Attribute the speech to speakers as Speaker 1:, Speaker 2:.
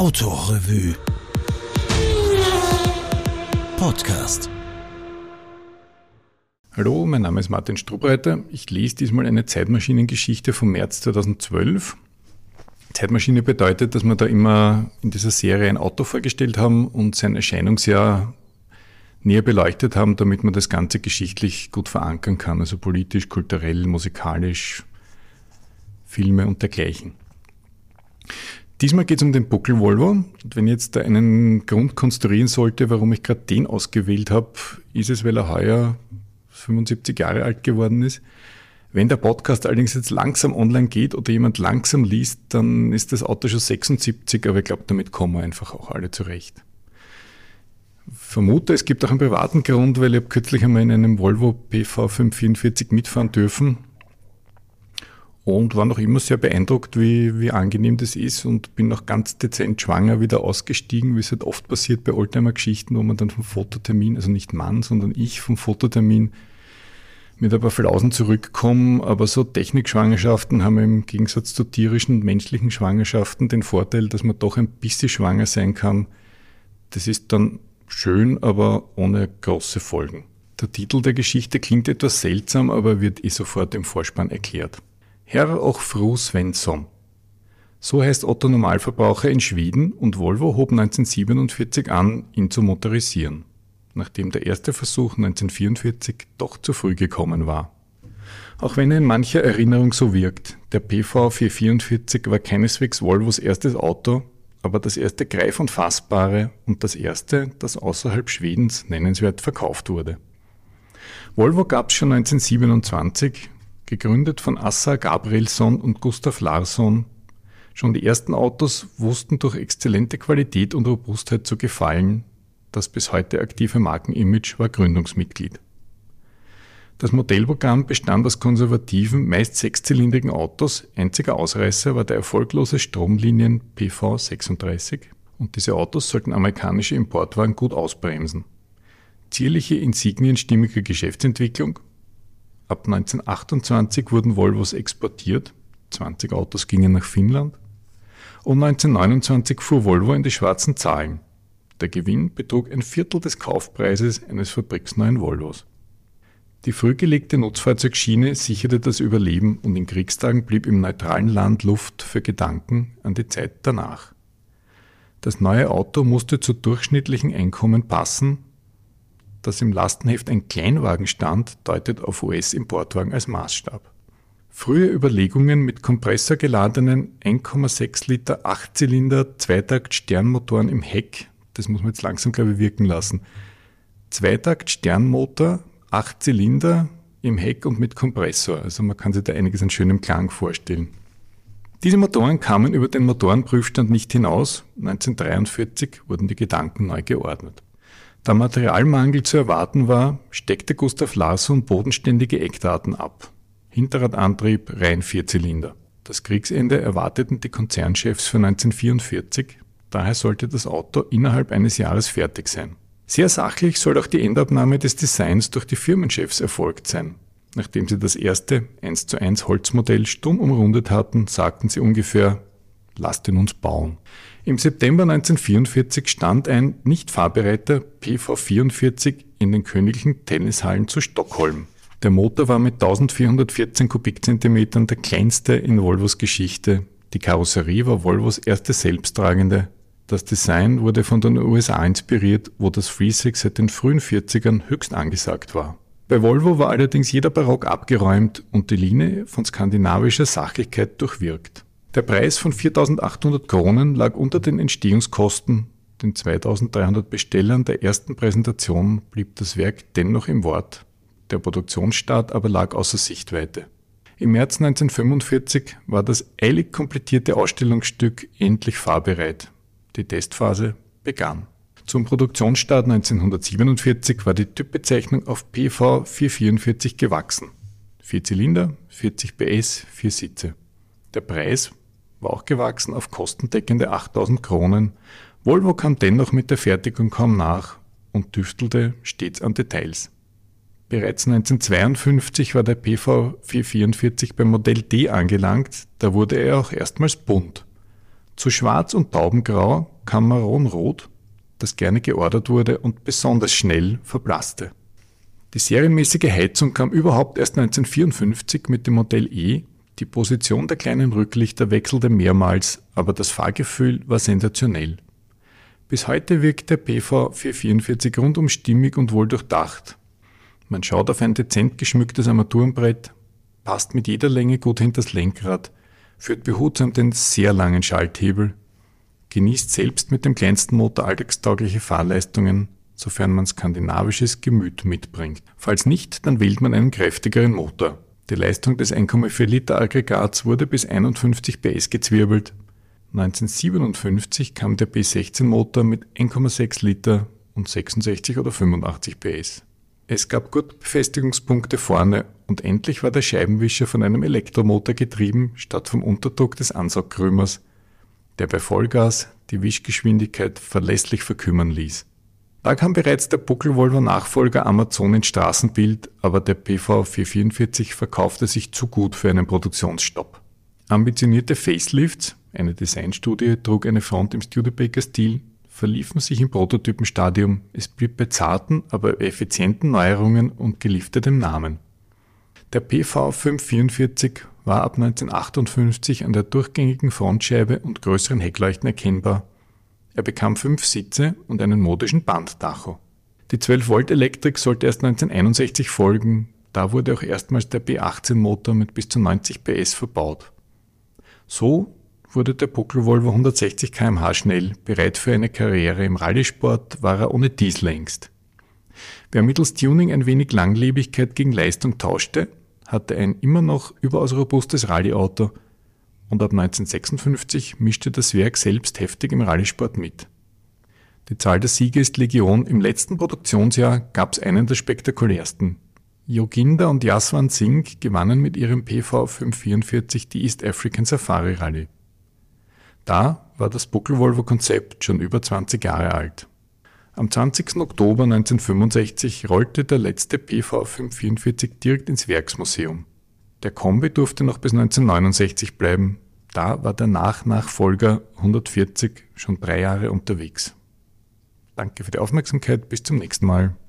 Speaker 1: Autorevue Podcast.
Speaker 2: Hallo, mein Name ist Martin Strubreiter. Ich lese diesmal eine Zeitmaschinengeschichte vom März 2012. Zeitmaschine bedeutet, dass wir da immer in dieser Serie ein Auto vorgestellt haben und sein Erscheinungsjahr näher beleuchtet haben, damit man das Ganze geschichtlich gut verankern kann, also politisch, kulturell, musikalisch, Filme und dergleichen. Diesmal geht es um den Buckel Volvo. Und wenn ich jetzt da einen Grund konstruieren sollte, warum ich gerade den ausgewählt habe, ist es, weil er heuer 75 Jahre alt geworden ist. Wenn der Podcast allerdings jetzt langsam online geht oder jemand langsam liest, dann ist das Auto schon 76, aber ich glaube, damit kommen wir einfach auch alle zurecht. Vermute, es gibt auch einen privaten Grund, weil ich habe kürzlich einmal in einem Volvo PV 544 mitfahren dürfen und war noch immer sehr beeindruckt, wie angenehm das ist, und bin noch ganz dezent schwanger wieder ausgestiegen, wie es halt oft passiert bei Oldtimer-Geschichten, wo man dann vom Fototermin, also nicht Mann, sondern ich vom Fototermin mit ein paar Flausen zurückkomme. Aber so Technikschwangerschaften haben im Gegensatz zu tierischen und menschlichen Schwangerschaften den Vorteil, dass man doch ein bisschen schwanger sein kann. Das ist dann schön, aber ohne große Folgen. Der Titel der Geschichte klingt etwas seltsam, aber wird sofort im Vorspann erklärt. Herr och Fru Svensson. So heißt Otto Normalverbraucher in Schweden, und Volvo hob 1947 an, ihn zu motorisieren, nachdem der erste Versuch 1944 doch zu früh gekommen war. Auch wenn er in mancher Erinnerung so wirkt, der PV 444 war keineswegs Volvos erstes Auto, aber das erste greif- und fassbare und das erste, das außerhalb Schwedens nennenswert verkauft wurde. Volvo gab es schon 1927, gegründet von Assa Gabrielsson und Gustav Larsson. Schon die ersten Autos wussten durch exzellente Qualität und Robustheit zu gefallen. Das bis heute aktive Markenimage war Gründungsmitglied. Das Modellprogramm bestand aus konservativen, meist sechszylindrigen Autos. Einziger Ausreißer war der erfolglose Stromlinien PV 36, und diese Autos sollten amerikanische Importwagen gut ausbremsen. Zierliche Insignien stimmiger Geschäftsentwicklung. Ab 1928 wurden Volvos exportiert, 20 Autos gingen nach Finnland, und 1929 fuhr Volvo in die schwarzen Zahlen. Der Gewinn betrug 1/4 des Kaufpreises eines fabriksneuen Volvos. Die früh gelegte Nutzfahrzeugschiene sicherte das Überleben, und in Kriegstagen blieb im neutralen Land Luft für Gedanken an die Zeit danach. Das neue Auto musste zu durchschnittlichen Einkommen passen. Dass im Lastenheft ein Kleinwagen stand, deutet auf US-Importwagen als Maßstab. Frühe Überlegungen mit kompressorgeladenen 1,6 Liter 8-Zylinder Zweitakt-Sternmotoren im Heck, das muss man jetzt langsam, glaube ich, wirken lassen. Zweitakt-Sternmotor, 8 Zylinder im Heck und mit Kompressor, also man kann sich da einiges an schönem Klang vorstellen. Diese Motoren kamen über den Motorenprüfstand nicht hinaus. 1943 wurden die Gedanken neu geordnet. Da Materialmangel zu erwarten war, steckte Gustav Larsson bodenständige Eckdaten ab. Hinterradantrieb, rein 4-Zylinder. Das Kriegsende erwarteten die Konzernchefs für 1944, daher sollte das Auto innerhalb eines Jahres fertig sein. Sehr sachlich soll auch die Endabnahme des Designs durch die Firmenchefs erfolgt sein. Nachdem sie das erste 1:1 Holzmodell stumm umrundet hatten, sagten sie ungefähr: Lasst ihn uns bauen. Im September 1944 stand ein nicht fahrbereiter PV 44 in den Königlichen Tennishallen zu Stockholm. Der Motor war mit 1414 Kubikzentimetern der kleinste in Volvos Geschichte. Die Karosserie war Volvos erste selbsttragende. Das Design wurde von den USA inspiriert, wo das Freesix seit den frühen 40ern höchst angesagt war. Bei Volvo war allerdings jeder Barock abgeräumt und die Linie von skandinavischer Sachlichkeit durchwirkt. Der Preis von 4.800 Kronen lag unter den Entstehungskosten. Den 2.300 Bestellern der ersten Präsentation blieb das Werk dennoch im Wort. Der Produktionsstart aber lag außer Sichtweite. Im März 1945 war das eilig komplettierte Ausstellungsstück endlich fahrbereit. Die Testphase begann. Zum Produktionsstart 1947 war die Typbezeichnung auf PV 444 gewachsen. 4 Zylinder, 40 PS, 4 Sitze. Der Preis war auch gewachsen auf kostendeckende 8.000 Kronen. Volvo kam dennoch mit der Fertigung kaum nach und tüftelte stets an Details. Bereits 1952 war der PV 444 beim Modell D angelangt, da wurde er auch erstmals bunt. Zu Schwarz und Taubengrau kam Maronrot, das gerne geordert wurde und besonders schnell verblasste. Die serienmäßige Heizung kam überhaupt erst 1954 mit dem Modell E. Die Position der kleinen Rücklichter wechselte mehrmals, aber das Fahrgefühl war sensationell. Bis heute wirkt der PV 444 rundum stimmig und wohl durchdacht. Man schaut auf ein dezent geschmücktes Armaturenbrett, passt mit jeder Länge gut hinters Lenkrad, führt behutsam den sehr langen Schalthebel, genießt selbst mit dem kleinsten Motor alltagstaugliche Fahrleistungen, sofern man skandinavisches Gemüt mitbringt. Falls nicht, dann wählt man einen kräftigeren Motor. Die Leistung des 1,4 Liter Aggregats wurde bis 51 PS gezwirbelt. 1957 kam der B16-Motor mit 1,6 Liter und 66 oder 85 PS. Es gab gut Befestigungspunkte vorne und endlich war der Scheibenwischer von einem Elektromotor getrieben, statt vom Unterdruck des Ansaugkrümers, der bei Vollgas die Wischgeschwindigkeit verlässlich verkümmern ließ. Da kam bereits der Buckel-Volvo-Nachfolger Amazon ins Straßenbild, aber der PV 444 verkaufte sich zu gut für einen Produktionsstopp. Ambitionierte Facelifts, eine Designstudie trug eine Front im Studebaker-Stil, verliefen sich im Prototypenstadium, es blieb bei zarten, aber effizienten Neuerungen und geliftetem Namen. Der PV 544 war ab 1958 an der durchgängigen Frontscheibe und größeren Heckleuchten erkennbar. Er bekam 5 Sitze und einen modischen Bandtacho. Die 12-Volt-Elektrik sollte erst 1961 folgen, da wurde auch erstmals der B18-Motor mit bis zu 90 PS verbaut. So wurde der Buckel-Volvo 160 km/h schnell, bereit für eine Karriere im Rallye-Sport war er ohne dies längst. Wer mittels Tuning ein wenig Langlebigkeit gegen Leistung tauschte, hatte ein immer noch überaus robustes Rallye-Auto und ab 1956 mischte das Werk selbst heftig im Rallye-Sport mit. Die Zahl der Siege ist Legion, im letzten Produktionsjahr gab es einen der spektakulärsten. Joginder und Jaswant Singh gewannen mit ihrem PV 544 die East African Safari Rallye. Da war das Buckel-Volvo-Konzept schon über 20 Jahre alt. Am 20. Oktober 1965 rollte der letzte PV 544 direkt ins Werksmuseum. Der Kombi durfte noch bis 1969 bleiben, da war der Nachfolger 140 schon 3 Jahre unterwegs. Danke für die Aufmerksamkeit, bis zum nächsten Mal.